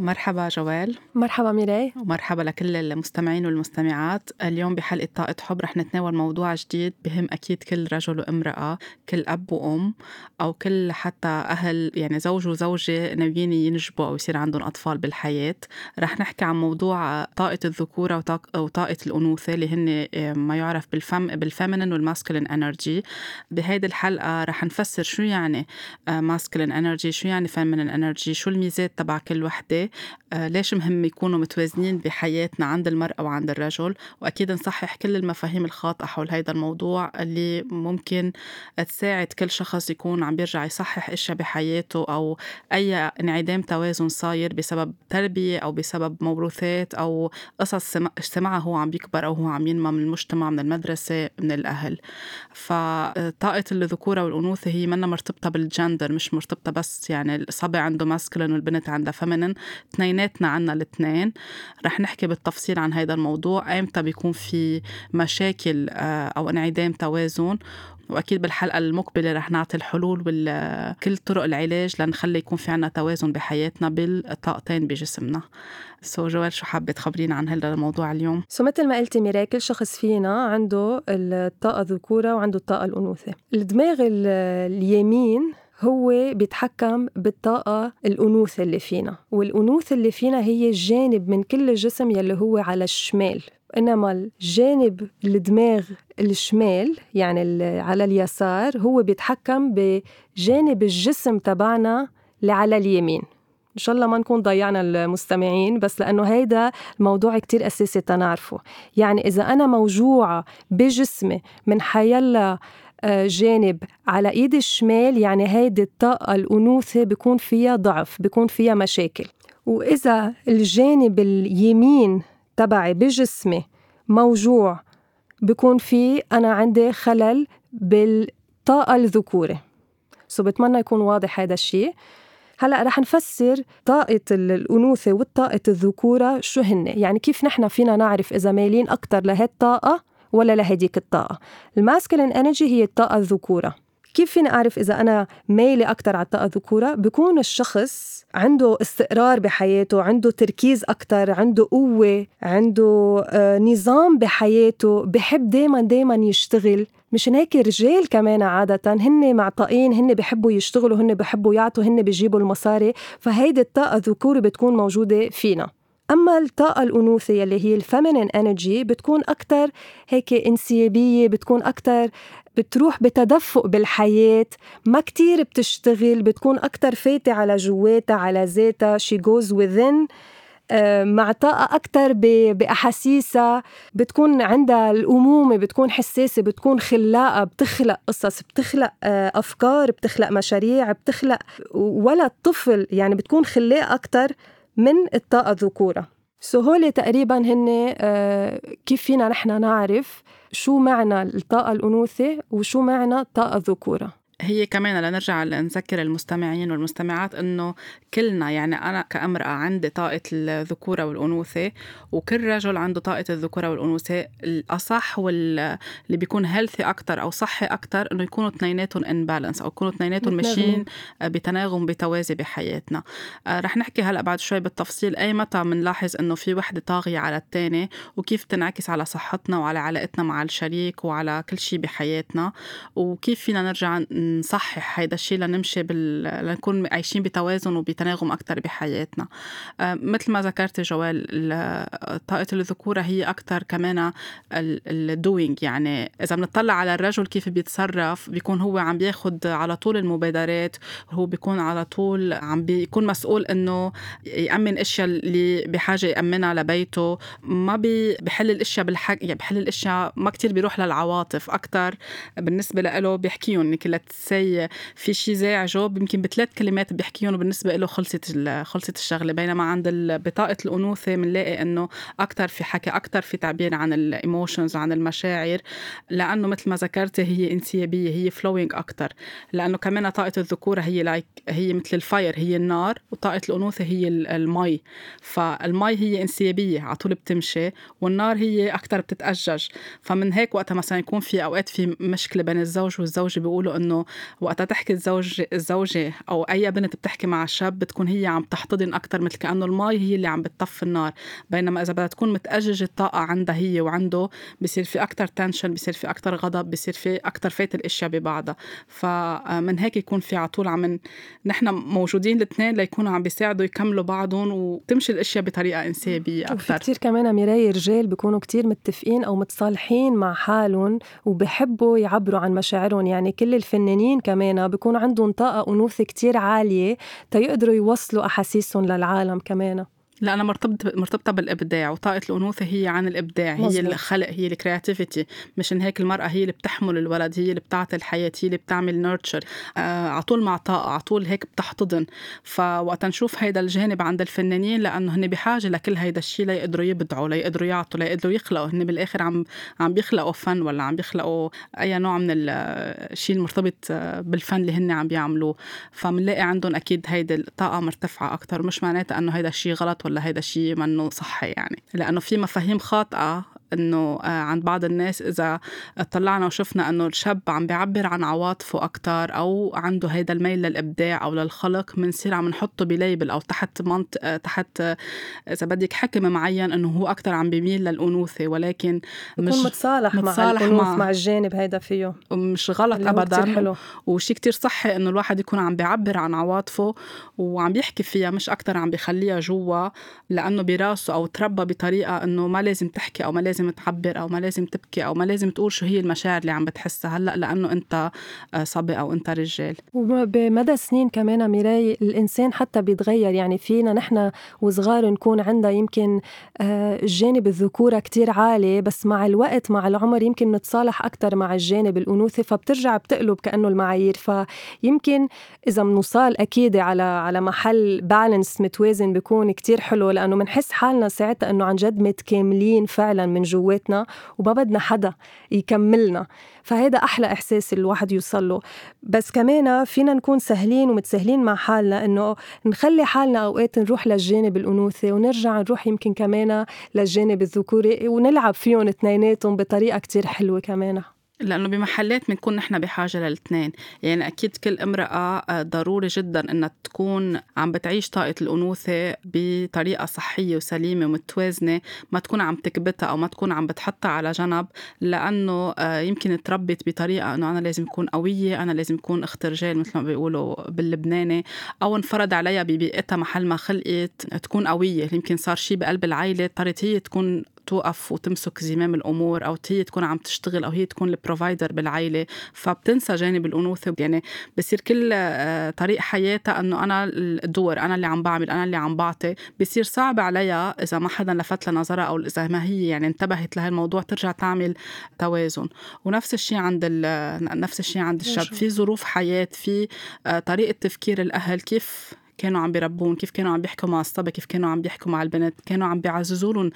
مرحبا جوال. مرحبا ميراي. ومرحبا لكل المستمعين والمستمعات. اليوم بحلقة طاقة حب رح نتناول موضوع جديد بهم أكيد كل رجل وامرأة، كل أب وأم، أو كل حتى أهل، يعني زوج وزوجة ناويين ينجبوا أو يصير عندهم أطفال بالحياة. رح نحكي عن موضوع طاقة الذكورة وطاقة الأنوثة اللي هن ما يعرف بالفيمينين والماسكولين انرجي. بهيدي الحلقة رح نفسر شو يعني ماسكولين انرجي، شو يعني فيمينين انرجي، شو الميزات تبع كل وحدة، ليش مهم يكونوا متوازنين بحياتنا عند المرأة وعند الرجل. وأكيد نصحح كل المفاهيم الخاطئة حول هيدا الموضوع اللي ممكن تساعد كل شخص يكون عم بيرجع يصحح إشياء بحياته، أو أي انعدام توازن صاير بسبب تربية أو بسبب موروثات أو قصص سمعها هو عم بيكبر أو هو عم ينمى من المجتمع، من المدرسة، من الأهل. فطاقة الذكورة والأنوثة هي منا مرتبطة بالجندر، مش مرتبطة بس يعني الصبي عنده ماسكولين والبنت عندها فيمينين، اثنيناتنا عنا الاثنين. رح نحكي بالتفصيل عن هذا الموضوع، ايمتى بيكون في مشاكل أو انعدام توازن. وأكيد بالحلقة المقبلة رح نعطي الحلول وكل طرق العلاج لنخلي يكون في عنا توازن بحياتنا بالطاقتين بجسمنا. جوال، شو حابة تخبرينا عن هذا الموضوع اليوم؟ مثل ما قلتي ميراي، كل شخص فينا عنده الطاقة الذكورة وعنده الطاقة الأنوثة. الدماغ اليمين هو بيتحكم بالطاقة الأنوثة اللي فينا، والأنوثة اللي فينا هي الجانب من كل الجسم يلي هو على الشمال. إنما الجانب الدماغ الشمال يعني على اليسار هو بيتحكم بجانب الجسم تبعنا اللي على اليمين. إن شاء الله ما نكون ضيعنا المستمعين، بس لأنه هيدا الموضوع كتير أساسي تنعرفه. يعني إذا أنا موجوعة بجسمي من حيلا جانب على إيد الشمال، يعني هيدي الطاقة الأنوثة بيكون فيها ضعف، بيكون فيها مشاكل. وإذا الجانب اليمين تبعي بجسمي موجوع، بيكون في أنا عندي خلل بالطاقة الذكورة. بتمنى يكون واضح هذا الشيء. هلأ رح نفسر طاقة الأنوثة والطاقة الذكورة شو هن، يعني كيف نحن فينا نعرف إذا مايلين أكتر لهي الطاقة ولا لهديك الطاقة. الماسكولين انرجي هي الطاقة الذكورة. كيف فينا أعرف إذا أنا مايلة أكتر على الطاقة الذكورة؟ بيكون الشخص عنده استقرار بحياته، عنده تركيز أكتر، عنده قوة، عنده نظام بحياته، بحب دايما يشتغل. مش هيك الرجال كمان عادة هن معطائين، هن بيحبوا يشتغلوا، هن بيحبوا يعطوا، هن بيجيبوا المصاري. فهيدي الطاقة الذكورة بتكون موجودة فينا. أما الطاقة الأنوثة اللي هي الفيمينين انرجي بتكون أكتر هيك انسيابية، بتكون أكتر بتروح بتدفق بالحياة، ما كتير بتشتغل، بتكون أكتر فايتة على جواتها، على ذاتها. she goes within، مع طاقة أكتر بأحاسيسها، بتكون عندها الأمومة، بتكون حساسة، بتكون خلاقة، بتخلق قصص، بتخلق أفكار، بتخلق مشاريع، بتخلق ولد طفل، يعني بتكون خلاقة أكتر من الطاقة الذكورة. هولي تقريباً هن كيف فينا نحن نعرف شو معنى الطاقة الأنوثة وشو معنى الطاقة الذكورة. هي كمان لنرجع نذكر المستمعين والمستمعات إنه كلنا، يعني أنا كأمرأة عندي طاقة الذكورة والأنوثة، وكل رجل عنده طاقة الذكورة والأنوثة. الأصح واللي بيكون هيلثي أكتر أو صحي أكتر إنه يكونوا اثنيناتهم إن بالانس، أو يكونوا اثنيناتهم ماشيين بتناغم بتوازي بحياتنا. رح نحكي هلأ بعد شوي بالتفصيل أي متى منلاحظ إنه في وحدة طاغية على التاني، وكيف تنعكس على صحتنا وعلى علاقتنا مع الشريك وعلى كل شيء بحياتنا، وكيف فينا نرجع نصحح هيدا الشيء لنمشي لنكون عايشين بتوازن وبتناغم أكتر بحياتنا. مثل ما ذكرت جوال، طاقة الذكورة هي أكتر كمان الدوينج. يعني إذا بنطلع على الرجل كيف بيتصرف، بيكون هو عم بياخد على طول المبادرات، هو بيكون على طول عم بيكون مسؤول إنه يأمن إشياء اللي بحاجة يأمنها لبيته، ما بيحل الإشياء يعني بحل الإشياء، ما كتير بيروح للعواطف أكتر. بالنسبة له بيحكيهم كلا سي في شيء زعجه يمكن بثلاث كلمات بيحكيهم، وبالنسبة له خلصت الشغلة. بينما عند بطاقة الأنوثة منلاقي إنه أكتر في حكي، أكتر في تعبير عن الإيموشنز، عن المشاعر، لأنه مثل ما ذكرت هي انسيابية، هي فلوينج أكتر. لأنه كمان طاقة الذكورة هي مثل الفاير، هي النار، وطاقة الأنوثة هي المي. فالمي هي انسيابية على طول بتمشي، والنار هي أكتر بتتأجج. فمن هيك وقتها مثلا يكون في أوقات في مشكلة بين الزوج والزوجة، بيقولوا إنه وقتها تحكي الزوجة أو أي بنت بتحكي مع الشاب بتكون هي عم تحتضن أكتر، مثل كأنه الماء هي اللي عم بتطفي النار. بينما إذا بدها تكون متأجج الطاقة عندها هي وعنده، بيصير في أكتر تنشن، بيصير في أكتر غضب، بيصير في أكتر فايت الأشياء ببعضها. فمن هيك يكون في عطول نحن موجودين الاثنين ليكونوا عم بيساعدوا يكملوا بعضهم وتمشي الأشياء بطريقة إنسيابية أكتر. وفي كتير كمان ميراي رجال بيكونوا كتير متفقين أو متصالحين مع حالهم وبيحبوا يعبروا عن مشاعرهم. يعني كل الفنانين كمان بيكون عندهم طاقة أنوثة كتير عالية تيقدروا يوصلوا أحاسيسهم للعالم كمان. لا، أنا مرتبطة بالإبداع، وطاقة الأنوثة هي عن الإبداع، هي الخلق، هي الكرياتيفيتي. مشان هيك المرأة هي اللي بتحمل الولد، هي اللي بتعطي الحياة، هي اللي بتعمل نيرتشر، عطول مع طاقة، عطول هيك بتحتضن. فوقت نشوف هيدا الجانب عند الفنانين، لأنه هن بحاجة لكل هيدا الشيء ليقدروا يبدعوا، ليقدروا يعطوا، ليقدروا يخلقوا. هن بالآخر عم بيخلقوا فن، ولا عم بيخلقوا أي نوع من الشيء المرتبط بالفن اللي هن عم بيعملوا. فمنلاقي عندهم أكيد هيدا الطاقة مرتفعة أكتر. مش معناته أنه هيدا الشيء غلط ولا هيدا شيء منه صحي، يعني لأنه في مفاهيم خاطئة إنه عند بعض الناس إذا طلعنا وشفنا إنه الشاب عم بيعبر عن عواطفه أكتر أو عنده هيدا الميل للإبداع أو للخلق، منصير عم نحطه بليبل أو تحت إذا بدك حكم معين إنه هو أكتر عم بيميل للأنوثة، ولكن مش متصالح مع الأنوث، مع الجانب هيدا فيه مش غلط أبدا. وشي كتير صحي إنه الواحد يكون عم بيعبر عن عواطفه وعم بيحكي فيها، مش أكتر عم بيخليها جوا لأنه براسه أو تربى بطريقة إنه ما لازم تحكي أو ما لازم تعبر أو ما لازم تبكي أو ما لازم تقول شو هي المشاعر اللي عم بتحسها هلأ لأنه أنت صبي أو أنت رجال. وبمدى سنين كمان ميراي الإنسان حتى بيتغير. يعني فينا نحن وصغار نكون عندها يمكن الجانب الذكورة كتير عالي، بس مع الوقت مع العمر يمكن نتصالح أكتر مع الجانب الأنوثي، فبترجع بتقلب كأنه المعايير. فيمكن إذا منوصال أكيد على محل بالانس متوازن بيكون كتير حلو، لأنه منحس حالنا ساعتها أنه عن جد متكاملين فعلا من جواتنا وما بدنا حدا يكملنا. فهذا أحلى إحساس الواحد يوصله. بس كمان فينا نكون سهلين ومتسهلين مع حالنا إنه نخلي حالنا أوقات نروح للجانب الأنوثي ونرجع نروح يمكن كمان للجانب الذكوري ونلعب فيهم اثنيناتهم بطريقة كتير حلوة كمان. لأنه بمحلات بنكون نحن بحاجة للاثنين. يعني أكيد كل امرأة ضروري جدا أنها تكون عم بتعيش طاقة الأنوثة بطريقة صحية وسليمة ومتوازنة، ما تكون عم تكبتها أو ما تكون عم بتحطها على جنب، لأنه يمكن تربت بطريقة أنه أنا لازم أكون قوية، أنا لازم أكون أخت رجال مثل ما بيقولوا باللبناني، أو انفرض عليها ببيئتها محل ما خلقت تكون قوية. يمكن صار شيء بقلب العائلة اضطرت هي تكون توقف وتمسك زمام الأمور، أو هي تكون عم تشتغل، أو هي تكون البروفايدر بالعائلة، فبتنسى جانب الأنوثة. يعني بصير كل طريق حياتها أنه أنا الدور، أنا اللي عم بعمل، أنا اللي عم بعطي. بصير صعب عليها إذا ما حدا لفت لنظرها أو إذا ما هي يعني انتبهت لهالموضوع ترجع تعمل توازن. ونفس الشيء عند الشاب. في ظروف حياة، في طريقة تفكير الأهل، كيف كانوا عم بيربون، كيف كانوا عم بيحكوا مع الصبي، كيف كانوا عم بيحكوا مع البنات، كانوا عم بيعززوا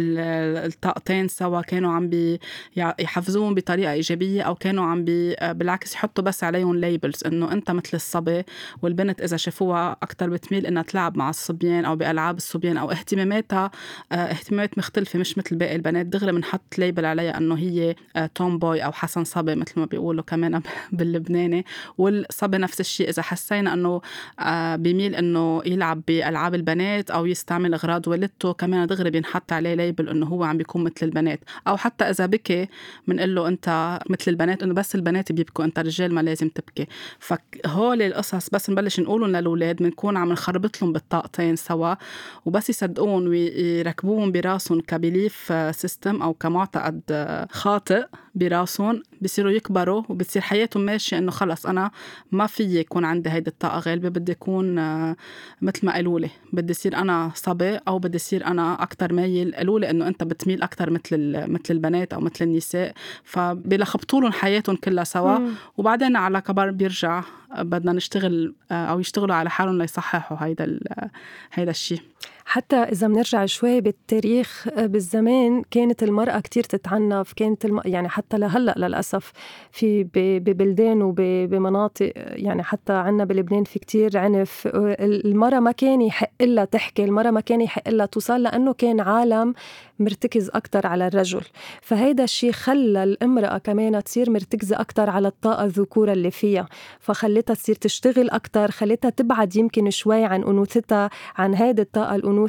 الطاقتين سوا، كانوا عم يحفزوهم بطريقة إيجابية، أو كانوا عم بالعكس يحطوا بس عليهم ليبلز إنه أنت مثل الصبي. والبنت إذا شافوها أكتر بتميل إنها تلعب مع الصبيان أو بألعاب الصبيان أو اهتماماتها اهتمامات مختلفة مش مثل باقي البنات، دغري بنحط ليبل عليها إنه هي توم بوي أو حسن صبي مثل ما بيقولوا كمان باللبناني. والصبي نفس الشيء، إذا حسينا إنه بيميل إنه يلعب بألعاب البنات أو يستعمل أغراض والدته، كمان دغري بينحط عليه ليبل إنه هو عم بيكون مثل البنات. أو حتى إذا بكي منقول له أنت مثل البنات، إنه بس البنات بيبكوا، أنت رجال ما لازم تبكي. فهول القصص بس نبلش نقولهم للأولاد بنكون عم نخربط لهم بالطاقتين سوا، وبس يصدقون ويركبوهم براسهم كبليف سيستم أو كمعتقد خاطئ براسهم، بيصيروا يكبروا وبتصير حياتهم ماشية إنه خلص أنا ما في يكون عندي هيدا الطاقة غالبة، بدي يكون مثل ما قالوا لي بدي يصير أنا صبي، أو بدي يصير أنا أكتر مايل. قالوا لي إنه أنت بتميل أكتر مثل البنات أو مثل النساء، فبيلخبطوا لهم حياتهم كلها سوا. وبعدين على كبر بيرجع بدنا نشتغل أو يشتغلوا على حالهم ليصححوا هيدا الشيء. حتى إذا بنرجع شوي بالتاريخ، بالزمان كانت المرأة كتير تتعنف، كانت يعني حتى لهلأ للأسف في ببلدان وبمناطق، يعني حتى عنا بلبنان في كتير عنف. المرأة ما كان يحق إلا تحكي، المرأة ما كان يحق إلا توصل، لأنه كان عالم مرتكز أكتر على الرجل. فهيدا الشيء خلى الامرأة كمان تصير مرتكزة أكتر على الطاقة الذكورة اللي فيها، فخلتها تصير تشتغل أكتر، خلتها تبعد يمكن شوي عن أنوثتها، عن هيدا الطاقة الأنوثة،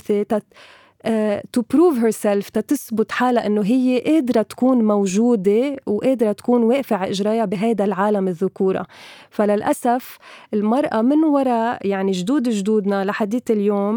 to prove herself، تثبت حالها إنه هي قادرة تكون موجودة وقادرة تكون واقفة على إجرائها بهذا العالم الذكورة. فللأسف المرأة من وراء يعني جدودنا لحديت اليوم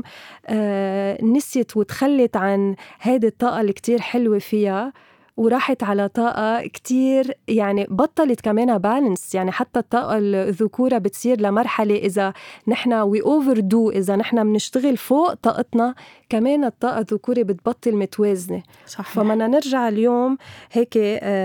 نسيت وتخلت عن هذه الطاقة اللي كتير حلوة فيها، وراحت على طاقة كتير يعني بطلت كمان بالانس. يعني حتى الطاقة الذكورة بتصير لمرحلة إذا نحنا we overdo، إذا نحنا بنشتغل فوق طاقتنا، كمان الطاقة الذكورة بتبطل متوازنة. صحيح. فمنا نرجع اليوم هيك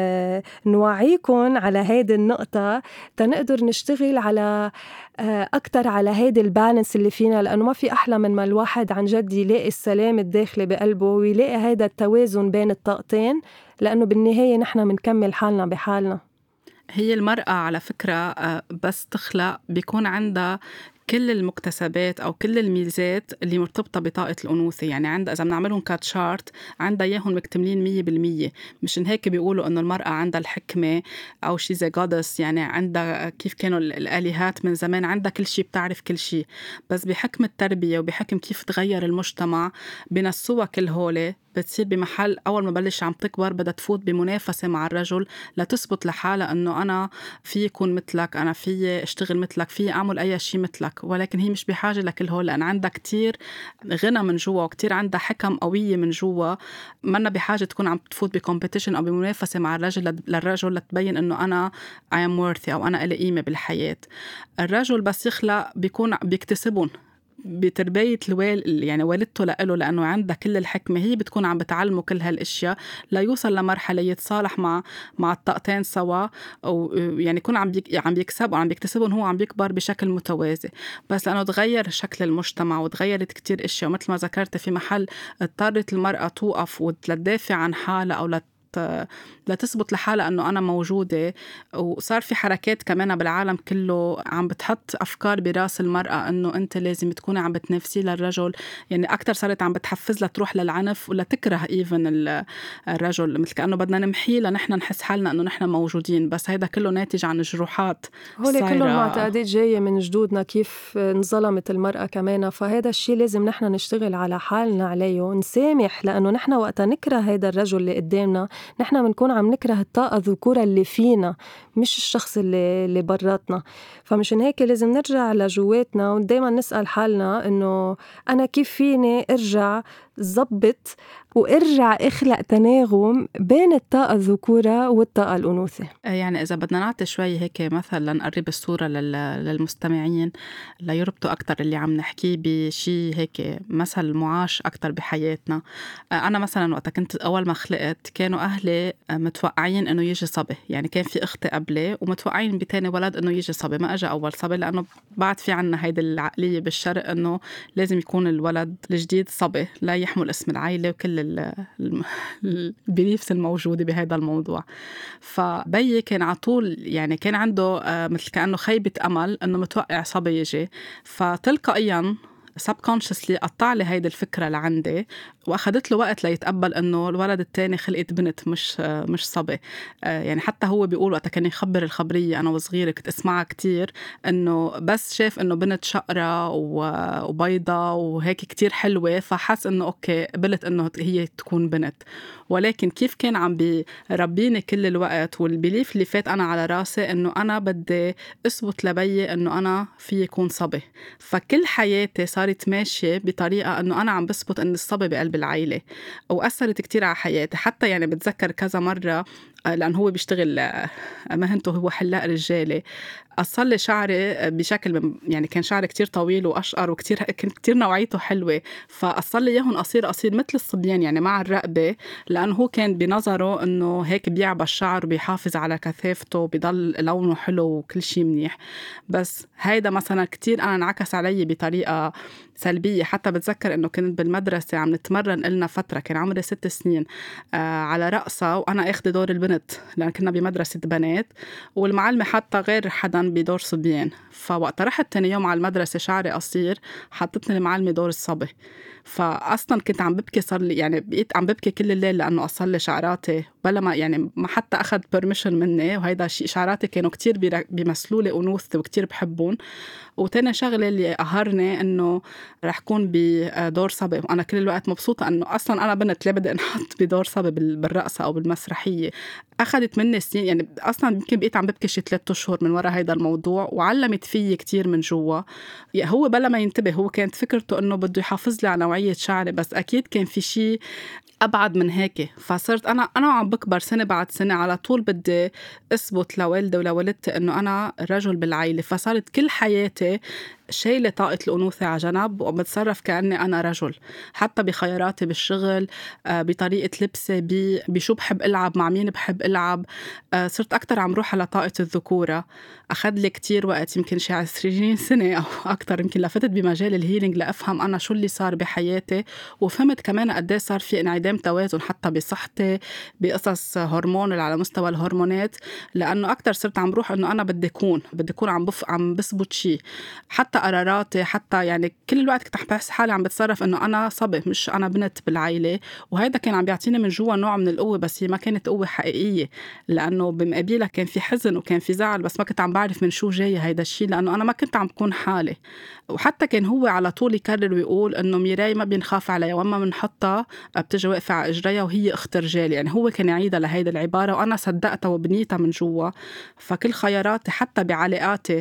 نوعيكم على هيدي النقطة تنقدر نشتغل على أكتر على هيدي البالانس اللي فينا، لأنه ما في أحلى من ما الواحد عن جد يلاقي السلام الداخلي بقلبه ويلاقي هيدا التوازن بين الطاقتين، لأنه بالنهاية نحنا منكمل حالنا بحالنا. هي المرأة على فكرة بس تخلق بيكون عندها كل المكتسبات أو كل الميزات اللي مرتبطة بطاقة الأنوثة. يعني عندها إذا بنعملهم كاتشارت عندها إياهم مكتملين 100%. مشان هيك بيقولوا إنه المرأة عندها الحكمة أو شي زي goddess، يعني عندها كيف كانوا الآلهات من زمان، عندها كل شي، بتعرف كل شي. بس بحكم التربية وبحكم كيف تغير المجتمع بنسوها كل هولي، بتصير بمحل أول ما بلش عم تكبر بدها تفوت بمنافسة مع الرجل لتثبت لحالها أنه أنا في يكون مثلك، أنا في اشتغل مثلك، في أعمل أي شيء مثلك. ولكن هي مش بحاجة لكل هول، لأن عندها كتير غنى من جوا وكتير عندها حكم قوية من جوا، منا بحاجة تكون عم تفوت بكومبيتيشن أو بمنافسة مع الرجل للرجل لتبين أنه أنا I am worthy أو أنا إلي قيمة بالحياة. الرجل بس يخلق بيكون بيكتسبون بتربية يعني والدته لإله، لأنه عندها كل الحكمة، هي بتكون عم بتعلمه كل هالأشياء ليوصل لمرحلة يتصالح مع الطاقتين سوا، أو يعني يكون عم بيكسب وعم بيكتسبهم، هو عم بيكبر بشكل متوازي. بس لأنه تغير شكل المجتمع وتغيرت كتير أشياء، ومثل ما ذكرت في محل اضطرت المرأة توقف وتدافع عن حالها أو لتثبت لحالها أنه أنا موجودة. وصار في حركات كمان بالعالم كله عم بتحط أفكار براس المرأة أنه أنت لازم تكوني عم بتنافسي للرجل، يعني أكتر صارت عم بتحفز لتروح للعنف ولا تكره إيفن الرجل، مثل كأنه بدنا نمحيه لنحن نحس حالنا أنه نحن موجودين. بس هيدا كله ناتج عن جروحات هولي كلهم معتقدات جاية من جدودنا كيف انظلمت المرأة كمان. فهذا الشيء لازم نحن نشتغل على حالنا عليه ونسامح، لأنه نحن وقتا نكره هيدا الرجل اللي قدامنا نحن بنكون عم نكره الطاقة الذكورة اللي فينا، مش الشخص اللي براتنا. فمشان هيك لازم نرجع لجواتنا ودايما نسأل حالنا إنه أنا كيف فيني أرجع زبط وارجع اخلق تناغم بين الطاقة الذكورة والطاقة الأنوثة. يعني إذا بدنا نعطي شوي هيك مثلا نقرب الصورة للمستمعين ليربطوا أكتر اللي عم نحكيه بشي هيك مثل معاش أكتر بحياتنا. أنا مثلا وقتا كنت أول ما خلقت كانوا أهلي متوقعين إنه يجي صبي، يعني كان في أختي قبلي ومتوقعين بتاني ولد إنه يجي صبي، ما أجا أول صبي، لأنه بعد في عنا هيدا العقلية بالشرق إنه لازم يكون الولد الجديد صبي لا يحمل اسم العائلة وكل البيليفز الموجودة بهذا الموضوع. فبي كان على طول يعني كان عنده مثل كأنه خيبة أمل إنه متوقع صبي يجي، فتلقائياً subconsciously قطع لي هيدي الفكرة لعندي، وأخذت له وقت ليتقبل إنه الولد التاني خلقت بنت مش صبي. يعني حتى هو بيقول وقتا كان يخبر الخبرية أنا وصغيرة كنت أسمعها كتير، إنه بس شاف إنه بنت شقرة وبيضة وهيك كتير حلوة فحس إنه أوكي قبلت إنه هي تكون بنت. ولكن كيف كان عم بيربيني كل الوقت والبيليف اللي فات أنا على راسي إنه أنا بدي أثبت لبي إنه أنا في يكون صبي. فكل حياتي صارت ماشية بطريقة إنه أنا عم بثبت إن الصبي بقلب العائلة، وأثرت كتير على حياتي. حتى يعني بتذكر كذا مرة لأنه هو بيشتغل مهنته هو حلاق رجالي. قصر لي شعري بشكل يعني كان شعري كتير طويل وأشقر وكتير كنت كتير نوعيته حلوة، فقصر لي إياهم قصير مثل الصبيان يعني مع الرقبة، لأنه هو كان بنظره إنه هيك بيعبى الشعر وبيحافظ على كثافته وبيضل لونه حلو وكل شي منيح. بس هيدا مثلا كتير أنا انعكس علي بطريقة سلبية. حتى بتذكر إنه كنت بالمدرسة عم نتمرن إلنا فترة، كان عمري 6 سنين، على رقصة وأنا أخذ دور البنت لأن كنا بمدرسة بنات، والمعلمة حتى غير حدا بدور صبيان. فوقت رحت تاني يوم على المدرسة شعري قصير حطتني المعلمة دور الصبي. فأصلا كنت عم ببكي، صار لي يعني بقيت عم ببكي كل الليل لأنه قصر لي شعراتي بلا ما يعني ما حتى أخذ permission مني. وهيدا شيء شعراتي كانوا كتير بيمثلوا لي أنوثتي وكتير بحبون. وتاني شغلة اللي قهرني إنه رح كون بدور صبي، وأنا كل الوقت مبسوطة إنه أصلاً أنا بنت ليه بدي انحط بدور صبي بالرقصة أو بالمسرحية. أخذت مني سنين، يعني أصلاً يمكن بقيت عم ببكي شي 3 أشهر من وراء هيدا الموضوع، وعلمت فيي كتير من جوا. يعني هو بلا ما ينتبه هو كانت فكرته إنه بده يحافظ لي على نوعية شعري، بس أكيد كان في شي أبعد من هيك. فصرت أنا وعم بكبر سنة بعد سنة على طول بدي أثبت لوالدي ولوالدتي إنه أنا رجل بالعائلة. فصارت كل حياتي شايلة طاقة الأنوثة على جنب وبتصرف كأني أنا رجل، حتى بخياراتي بالشغل، بطريقة لبسي، بشو بحب ألعب، مع مين بحب ألعب. صرت أكتر عم روح على طاقة الذكورة. أخذ لي كتير وقت، يمكن شي 20 سنة أو أكتر، يمكن لفتت بمجال الهيلينج لأفهم أنا شو اللي صار بحياتي. وفهمت كمان قديه صار في انعدام توازن حتى بصحتي، بقصص هرمون على مستوى الهرمونات، لأنه أكتر صرت عم روح إنه أنا بدي أكون عم بثبت شي. حتى قراراتي، حتى يعني كل الوقت كنت عم بحس حالي عم بتصرف إنه أنا صبي مش أنا بنت بالعائلة. وهيدا كان عم بيعطيني من جوا نوع من القوة، بس هي ما كانت قوة حقيقية، لأنه بمقابلها كان في حزن وكان في زعل، بس ما كنت عم بعرف من شو جاي هيدا الشي، لأنه أنا ما كنت عم بكون حالي. وحتى كان هو على طول يكرر ويقول إنه ميراي ما بينخاف عليها، وأما بنحطها بتجي واقفة على إجريها وهي أخت رجال. يعني هو كان يعيدها لهيدا العبارة وأنا صدقتها وبنيتها من جوا. فكل خياراتي حتى بعلاقاتي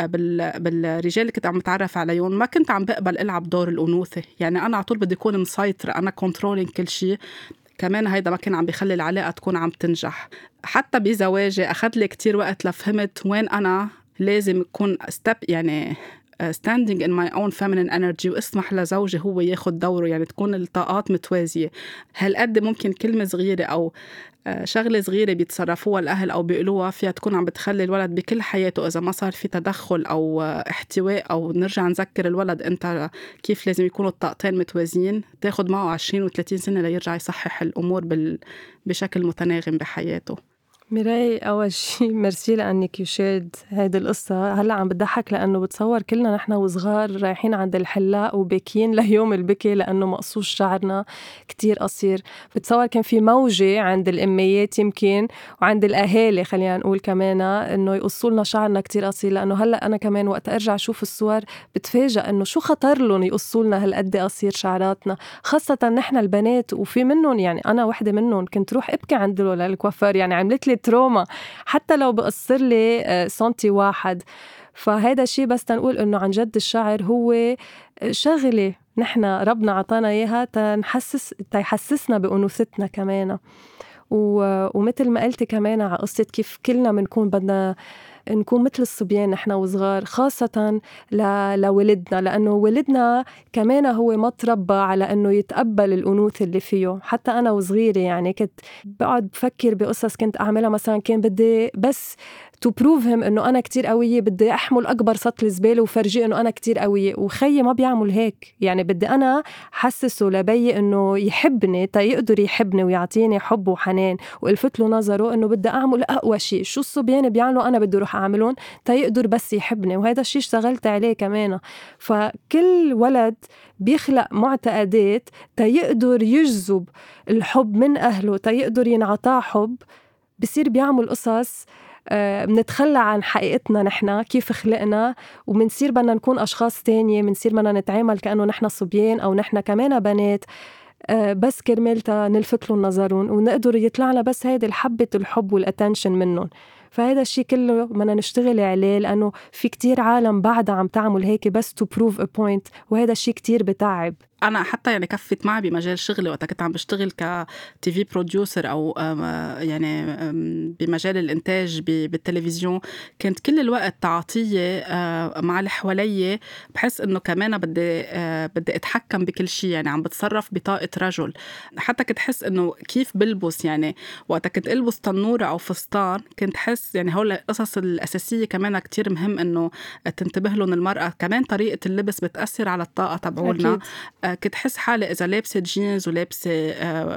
بالرجال اللي كنت عم بتعرف عليهم ما كنت عم بقبل ألعب دور الأنوثة. يعني أنا على طول بدي أكون مسيطرة، أنا كنترولين كل شيء. كمان هيدا ما كان عم بيخلي العلاقة تكون عم تنجح. حتى بزواجي أخذ لي كتير وقت لفهمت وين أنا لازم أكون يعني standing in my own feminine energy، واسمح لزوجي هو ياخد دوره، يعني تكون الطاقات متوازية. هالقد ممكن كلمة صغيرة أو شغلة صغيرة بيتصرفوها الأهل أو بيقولوها فيها تكون عم بتخلي الولد بكل حياته، إذا ما صار في تدخل أو احتواء أو نرجع نذكر الولد أنت كيف لازم يكونوا الطاقتين متوازيين، تاخد معه 20 و30 سنة ليرجع يصحح الأمور بشكل متناغم بحياته. ميراي، أول شيء ميرسي لأنك يشاد هيدي القصة. هلأ عم بتضحك لأنه بتصور كلنا نحن وصغار رايحين عند الحلاق وباكين ليوم البكي لأنه مقصوش شعرنا كتير قصير. بتصور كان في موجة عند الأميات يمكن وعند الأهالي خلينا نقول كمان إنه يقصوا لنا شعرنا كتير قصير. لأنه هلأ أنا كمان وقت أرجع أشوف الصور بتفاجأ إنه شو خطر لهم يقصوا لنا هالقد قصير شعراتنا، خاصة نحن البنات. وفي منهم يعني أنا واحدة منهم كنت روح أبكي عنده للكوافير، يعني عملت لي تروما حتى لو بقصر لي سنتي واحد. فهذا الشيء بس تنقول إنه عن جد الشعر هو شغلة نحن ربنا عطانا إياها تيحسسنا بأنوثتنا كمان. ومثل ما قلت كمان على قصة كيف كلنا منكون بدنا نكون مثل الصبيان نحن وصغار، خاصة لولدنا، لأنه ولدنا كمان هو ما تربى على أنه يتقبل الأنوثة اللي فيه. حتى أنا وصغيرة يعني كنت بقعد بفكر بقصص كنت أعملها، مثلا كان بدي بس to prove him إنه أنا كتير قوية، بدي أحمل أكبر سطل زبالة وفرجي إنه أنا كتير قوية. وخيي ما بيعمل هيك، يعني بدي أنا حسسه لبي إنه يحبني تيقدر يحبني ويعطيني حب وحنان، وألفت له نظره إنه بدي أعمل أقوى شيء. شو الصبيان بيعملوا أنا بدي أروح أعملون تيقدر بس يحبني، وهذا الشيء اشتغلت عليه كمان. فكل ولد بيخلق معتقدات تيقدر يجذب الحب من أهله، تيقدر ينعطاه حب، بصير بيعمل قصص بنتخلى عن حقيقتنا نحنا كيف خلقنا، ومنصير بدنا نكون أشخاص تانية، منصير بدنا نتعامل كأنه نحنا صبيان أو نحنا كمان بنات، بس كرمالتا نلفت لهم نظرهم ونقدر يطلعنا بس هيدا الحبة الحب والاتنشن منهم. فهذا الشيء كله بدنا نشتغل عليه، لأنه في كتير عالم بعدها عم تعمل هيك بس to prove a point، وهذا الشيء كتير بتعب. أنا حتى يعني كفت معي بمجال شغلي وقت كنت عم بشتغل كتي في بروديوسر أو يعني بمجال الإنتاج بالتلفزيون، كنت كل الوقت تعاطية مع اللي حوالي، بحس إنه كمان بدي أتحكم بكل شيء، يعني عم بتصرف بطاقة رجل. حتى كنت حس إنه كيف بلبس، يعني وقت كنت ألبس تنورة أو فستان كنت حس يعني هول القصص الأساسية كمان كتير مهم إنه تنتبه لهم المرأة. كمان طريقة اللبس بتأثر على الطاقة تبعولنا. كنت حس حالي إذا لابسة جينز ولابسة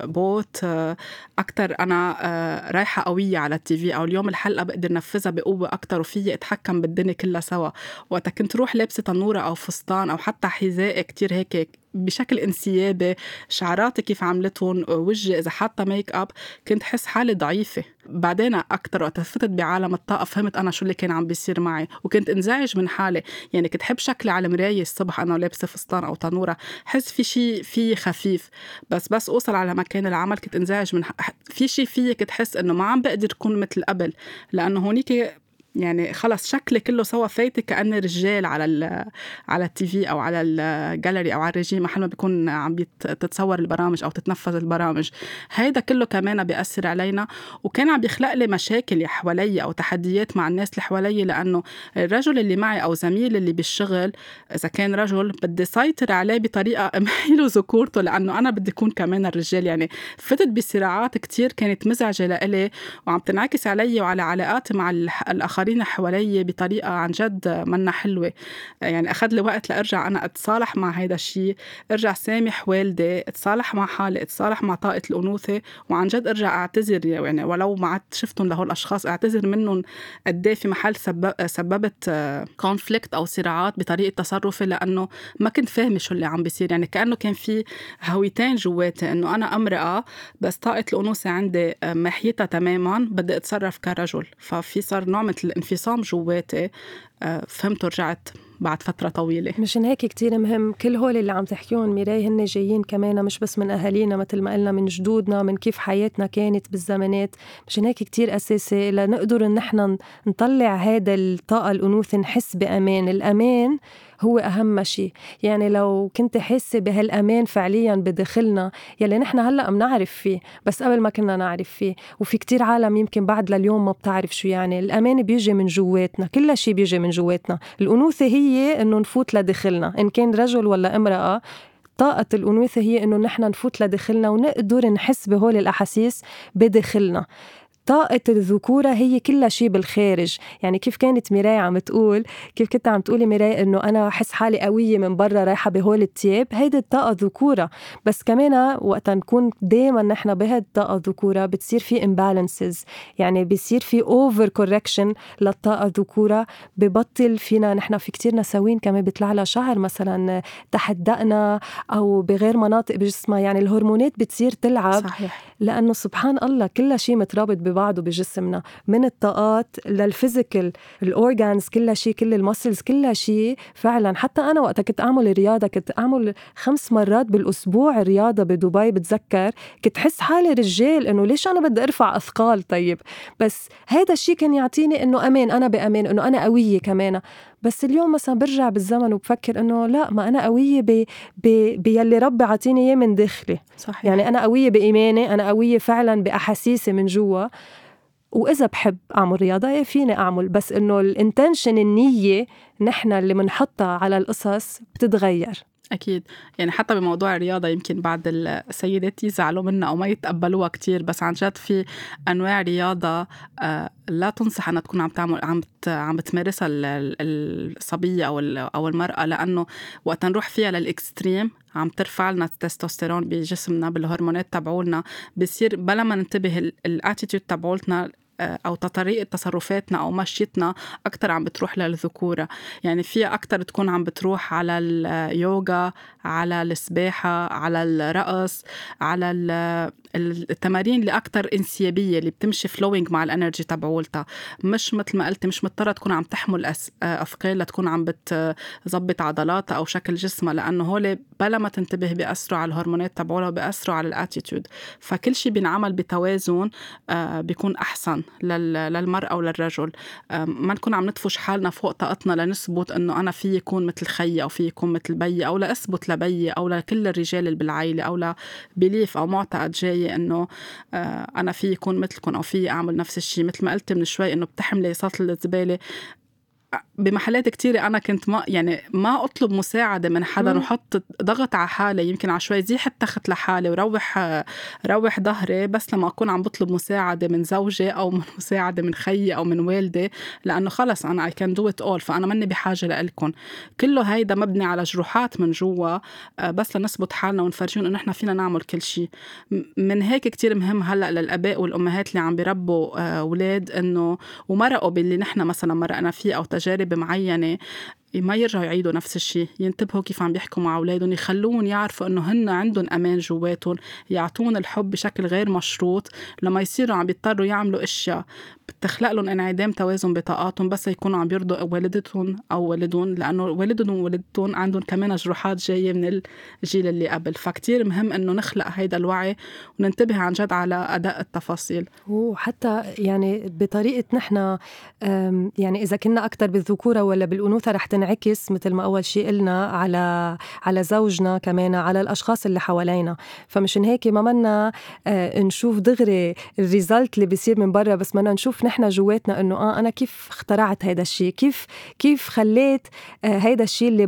بوت أكتر أنا رايحة قوية على التي في، أو اليوم الحلقة بقدر نفذها بقوة أكتر وفي أتحكم بالدنيا كلها سوا. وقت كنت روح لابسة تنورة أو فستان أو حتى حذاء كتير هيك بشكل انسيابي، شعراتي كيف عملتهم، وجهي إذا حاطة ميك أب، كنت حس حالي ضعيفة. بعدين أكتر وقت فتت بعالم الطاقة فهمت أنا شو اللي كان عم بيصير معي، وكنت انزعج من حالي. يعني كنت حب شكلي على المراية الصبح أنا لابسة فستان أو تنورة، حس في شيء فيه خفيف، بس أوصل على مكان العمل كنت انزعج من في شيء فيه. كنت حس إنه ما عم بقدر أكون مثل قبل، لأنه هونيك يعني خلص شكلي كله سوا فايتة كأني رجال على التي في أو على الجاليري أو على الرجيم محل ما بيكون عم تتصور البرامج أو تتنفذ البرامج. هيدا كله كمان بيأثر علينا، وكان عم بيخلق لي مشاكل حوالي أو تحديات مع الناس اللي حوالي، لأنه الرجل اللي معي أو زميل اللي بالشغل إذا كان رجل بدي سيطر عليه بطريقة أمحيله ذكورته، لأنه أنا بدي أكون كمان الرجال. يعني فتت بصراعات كتير كانت مزعجة لإلي وعم تنعكس علي وعلى علاقاتي مع الآخرين حوالي بطريقة عن جد منا حلوة. يعني أخذ لي وقت لأرجع أنا أتصالح مع هيدا الشيء، أرجع سامح والدي، أتصالح مع حالي، أتصالح مع طاقة الأنوثة، وعن جد أرجع أعتذر. يعني ولو ما عاد شفتهم لهول الأشخاص أعتذر منهم قديه في محل سببت كونفليكت أو صراعات بطريقة تصرفي، لأنه ما كنت فاهمة شو اللي عم بيصير. يعني كأنه كان في هويتين جواتي، إنه أنا امرأة بس طاقة الأنوثة عندي محيتها تماما، بدي أتصرف كرجل. ففي صار نوع مثل انفصام جواتي، فهمت ورجعت بعد فترة طويلة. مشان هيك كتير مهم كل هول اللي عم تحكيون ميراي هن جايين كمان مش بس من أهالينا مثل ما قلنا، من جدودنا، من كيف حياتنا كانت بالزمانات. مشان هيك كتير أساسي لنقدر إن احنا نطلع هذا الطاقة الأنوثة، نحس بأمان. الأمان هو أهم شيء. يعني لو كنت حاسة بهالأمان فعليا بداخلنا يلي نحن هلأ منعرف فيه بس قبل ما كنا نعرف فيه، وفي كتير عالم يمكن بعد لليوم ما بتعرف شو يعني الأمان. بيجي من جواتنا، كل شيء بيجي من جواتنا. الأنوثة هي إنه نفوت لداخلنا، إن كان رجل ولا امرأة. طاقة الأنوثة هي إنه نحن نفوت لداخلنا ونقدر نحس بهول الأحاسيس بداخلنا. طاقة الذكورة هي كل شيء بالخارج. يعني كيف كانت ميراي عم تقول، كيف كنت عم تقولي ميراي إنه أنا أحس حالي قوية من برا رايحة بهول التياب، هيدا الطاقة ذكورة. بس كمان وقت نكون دايما نحن بهاد الطاقة ذكورة بتصير في imbalances، يعني بيصير في over correction للطاقة ذكورة. ببطل فينا نحن في كتير نسوين كمان بيطلع لها شعر مثلا تحت دقنا أو بغير مناطق بجسمها، يعني الهرمونات بتصير تلعب. صحيح. لأنه سبحان الله كل شيء مترابط ببعضه بجسمنا، من الطاقات للفيزيكال، الأورغانز، كل شيء، كل المسلز، كل شيء فعلا. حتى أنا وقت كنت أعمل رياضة كنت أعمل 5 مرات بالأسبوع رياضة بدبي، بتذكر كنت حس حالي رجال إنه ليش أنا بدي أرفع أثقال. طيب بس هذا الشيء كان يعطيني إنه أمان، أنا بأمان، إنه أنا قوية كمان. بس اليوم مثلا برجع بالزمن وبفكر إنه لا، ما أنا قوية بيلي ربي عطيني إياه من داخلي. صحيح. يعني أنا قوية بإيماني، أنا قوية فعلا بأحاسيسي من جوا. وإذا بحب أعمل رياضة فيني أعمل، بس إنه الانتنشن، النية نحن اللي منحطها على القصص بتتغير. أكيد. يعني حتى بموضوع الرياضة يمكن بعض السيدات يزعلوا منها أو ما يتقبلوها كتير، بس عن جد في أنواع رياضة لا تنصح أن تكون عم بتمارسها الصبية أو المرأة، لأنه وقت نروح فيها للإكستريم عم ترفع لنا التستوستيرون بجسمنا بالهرمونات تبعولنا، بصير بلا ما ننتبه الاتيتيود تبعولتنا أو طريقة تصرفاتنا أو مشيتنا أكتر عم بتروح للذكورة. يعني فيها أكتر تكون عم بتروح على اليوغا، على السباحة، على الرقص، على التمارين اللي أكتر انسيابية اللي بتمشي فلوينج مع الانرجي تبعولتها. مش مثل ما قلت، مش مضطرة تكون عم تحمل أثقال لتكون عم بتزبط عضلاتها أو شكل جسمها، لأنه هولي بلا ما تنتبه بيأثروا على الهرمونات تبعولها وبيأثروا على الاتيتيود. فكل شيء بينعمل بتوازن بيكون أحسن. للمرأة وللرجل. ما نكون عم نطفش حالنا فوق طاقتنا لنثبت أنه أنا في يكون مثل خيي أو في يكون مثل بيي، أو لأثبت لبيي أو لكل الرجال اللي بالعائلة، أو لبليف أو معتقد جاي أنه أنا في يكون مثلكم أو في أعمل نفس الشيء. مثل ما قلت من شوي أنه بتحملي سطل الزبالة. بمحلات كتيرة أنا كنت ما أطلب مساعدة من حدا وحط ضغط على حالي، يمكن على شوي زيح التخت لحالي وروح ظهري، بس لما أكون عم بطلب مساعدة من زوجي أو من مساعدة من خيي أو من والدي، لأنه خلص أنا I can do it all، فأنا مني بحاجة لإلكم. كله هيدا مبني على جروحات من جوا، بس لنثبت حالنا ونفرجون إنه إحنا فينا نعمل كل شيء. من هيك كتير مهم هلأ للآباء والأمهات اللي عم بيربوا أولاد إنه ومرقوا باللي نحن مثلا مرقنا فيه أو تجارب معينة، ما يرجعوا يعيدوا نفس الشيء. ينتبهوا كيف عم بيحكوا مع أولادهم، يخلون يعرفوا أنه هن عندهم أمان جواتهم، يعطون الحب بشكل غير مشروط. لما يصيروا عم بيضطروا يعملوا أشياء بتخلق لهم انعدام توازن بطاقاتهم، بس يكونوا عم يرضوا والدتهم أو والدهم، لأنه والدهم ووالدتهم عندهم كمان جروحات جاية من الجيل اللي قبل. فكتير مهم أنه نخلق هيدا الوعي وننتبه عن جد على أداء التفاصيل. وحتى يعني بطريقة نحن يعني إذا كنا أكتر بالذكورة ولا بالأنوثة رح تنعكس مثل ما أول شيء قلنا على زوجنا، كمان على الأشخاص اللي حوالينا. فمشان هيك ما منا نشوف دغري الريزلت اللي بيصير من برا، بس منا نشوف نحن جواتنا إنه أنا كيف اخترعت هيدا الشيء، كيف خليت هيدا الشيء اللي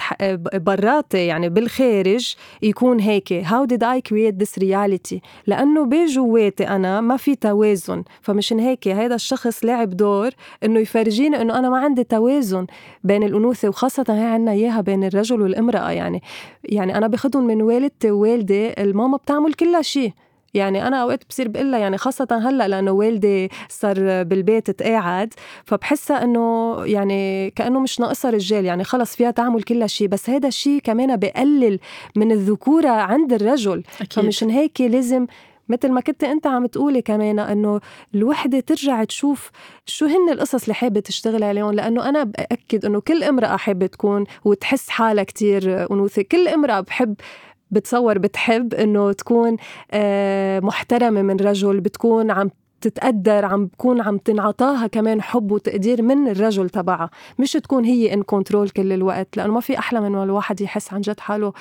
برات يعني بالخارج يكون هيك. How did I create this reality؟ لأنه بجواتي أنا ما في توازن. فمشان هيك هيدا الشخص لعب دور إنه يفرجيني إنه أنا ما عندي توازن بين الأنوثة، وخاصة هي عنا إياها بين الرجل والامرأة. يعني أنا بخدهم من والدتي ووالدي، الماما بتعمل كل شيء. يعني أنا أوقات بصير بقلها، يعني خاصة هلأ لأنه والدي صار بالبيت تقاعد، فبحسها إنه يعني كأنه مش ناقصها رجال، يعني خلص فيها تعمل كل شيء. بس هذا الشيء كمان بقلل من الذكورة عند الرجل. أكيد. فمشان هيك لازم مثل ما كنت أنت عم تقولي كمان إنه الوحدة ترجع تشوف شو هن القصص اللي حابة تشتغل عليهم. لأنه أنا بأكد إنه كل امرأة حابة تكون وتحس حالها كتير أنوثة. كل امرأة بتحب إنه تكون محترمة من رجل، بتكون عم تتقدر، بكون عم تنعطاها كمان حب وتقدير من الرجل تبعها، مش تكون هي ان كنترول كل الوقت. لأنه ما في أحلى من الواحد يحس عن جد حاله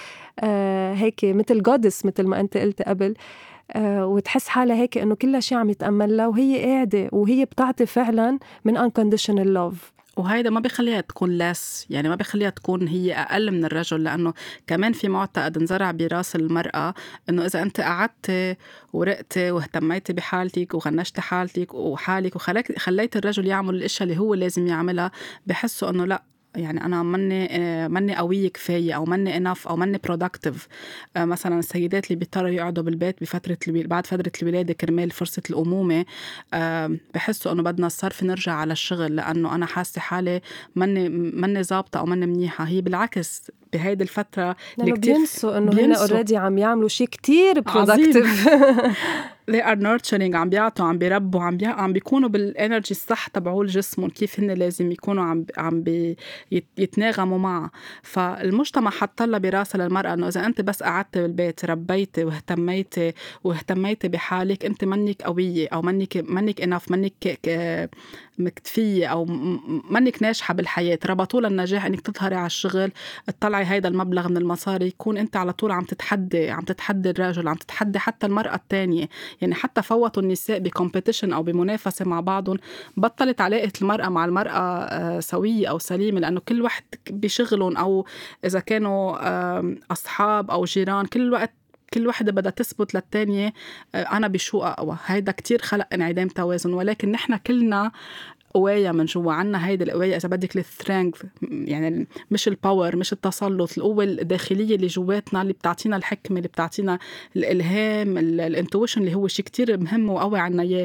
هيك مثل جودس مثل ما أنت قلت قبل، وتحس حالها هيك إنه كل شيء عم يتأمل لها وهي قاعدة وهي بتعطي فعلا من unconditional love. وهيدا ما بيخليها تكون less، يعني ما بيخليها تكون هي أقل من الرجل. لأنه كمان في معتقد انزرع براس المرأة إنه إذا أنت قعدت ورقتي واهتميت بحالتك وغنشت حالتك وحالك وخليت الرجل يعمل الأشياء اللي هو لازم يعملها، بحسوا إنه لأ، يعني أنا مني قوية كفاية أو مني enough أو مني productive. مثلا السيدات اللي بيضطروا يقعدوا بالبيت بعد فترة الولادة كرمال فرصة الأمومة، بحسوا أنه بدنا الصرف نرجع على الشغل، لأنه أنا حاسة حالي مني ضابطة أو مني منيحة. هي بالعكس بهيدي الفترة لأنه بينسوا أنه هن already عم يعملوا شيء كتير productive. they are nurturing، عم بيعطوا، عم بيربوا، عم بيكونوا بالانرجي الصح تبعول جسمهم، كيف هن لازم يكونوا عم يتناغموا معها. فالمجتمع حط لها براسها للمرأة انه اذا انت بس قعدت بالبيت ربيتي واهتميتي بحالك، انت منك قوية او منك enough، منك مكتفية او منك ناجحة بالحياة. ربطوا لها النجاح انك تظهري على الشغل، تطلعي هيدا المبلغ من المصاري، يكون انت على طول عم تتحدي الرجل، عم تتحدي حتى المرأة التانية. يعني حتى فوتوا النساء بكومبيتيشن أو بمنافسة مع بعضهم، بطلت علاقة المرأة مع المرأة سوية أو سليمة، لأنه كل واحد بشغلهم أو إذا كانوا أصحاب أو جيران، كل واحدة بدها تثبت للتانية أنا بشو أقوى. هيدا كتير خلق انعدام توازن. ولكن نحن كلنا قوايا من جوا، عنا هيدا القوايا إذا بدك السترينث، يعني مش الباور، مش التسلط، القوة الداخلية اللي جواتنا اللي بتعطينا الحكمة، اللي بتعطينا الإلهام، الانتويشن اللي هو شيء كتير مهم وقوي عنا إياه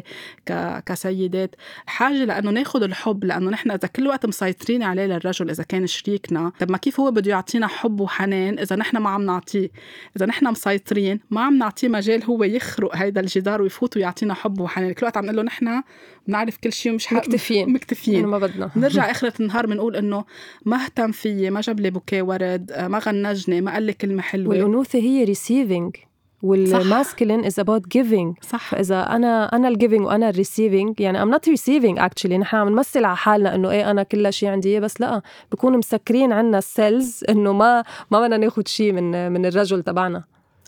كسيدات. حاجة لأنه ناخد الحب، لأنه نحن إذا كل وقت مسيطرين عليه للرجل إذا كان شريكنا، طب ما كيف هو بده يعطينا حب وحنان إذا نحن ما عم نعطيه؟ إذا نحن مسيطرين ما عم نعطيه مجال هو يخرق هيدا الجدار ويفوت ويعطينا حب وحنان. كل وقت عم نقول له نحن بنعرف كل شيء ومش مكتفيين. ما بدنا نرجع آخرة النهار بنقول إنه ما اهتم فيي، ما جاب لي بوكيه ورد، ما غنجني، ما قال لي كلمة حلوة. والأنوثة هي receiving والماسكلين is about giving. صح. فإذا أنا الgiving وأنا الreceiving، يعني I'm not receiving actually، نحن عم نمثل على حالنا إنه إيه أنا كل شيء عندي، بس لا، بكون مسكرين عنا السيلز إنه ما بدنا ناخد شيء من الرجل تبعنا.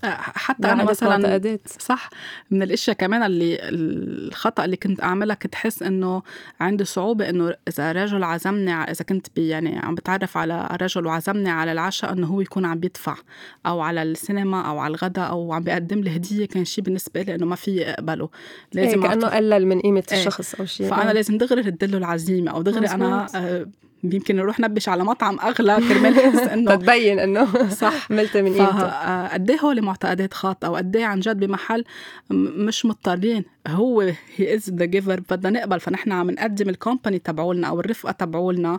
حتى أنا مثلا صح من الاشياء كمان اللي الخطأ اللي كنت أعملها، كنت أحس إنه عندي صعوبة إنه إذا رجل عزمني، إذا كنت يعني عم بتعرف على رجل وعزمني على العشاء، إنه هو يكون عم بيدفع، أو على السينما أو على الغداء أو عم بيقدم لي هدية، كان شيء بالنسبة لي إنه ما في أقبله، لازم كأنه قلل من قيمة الشخص أو شيء. فأنا لازم دغري ردله العزيمة، أو دغري أنا يمكن نروح نبش على مطعم أغلى كرمال حس إنه تبين إنه صح ملت من قيمته. قديه هو معتقدات خاطئة، وقديه عن جد بمحل مش مضطرين. هو he is the giver، بدنا نقبل، فنحن عم نقدم الكومباني تبعولنا أو الرفقة تبعولنا،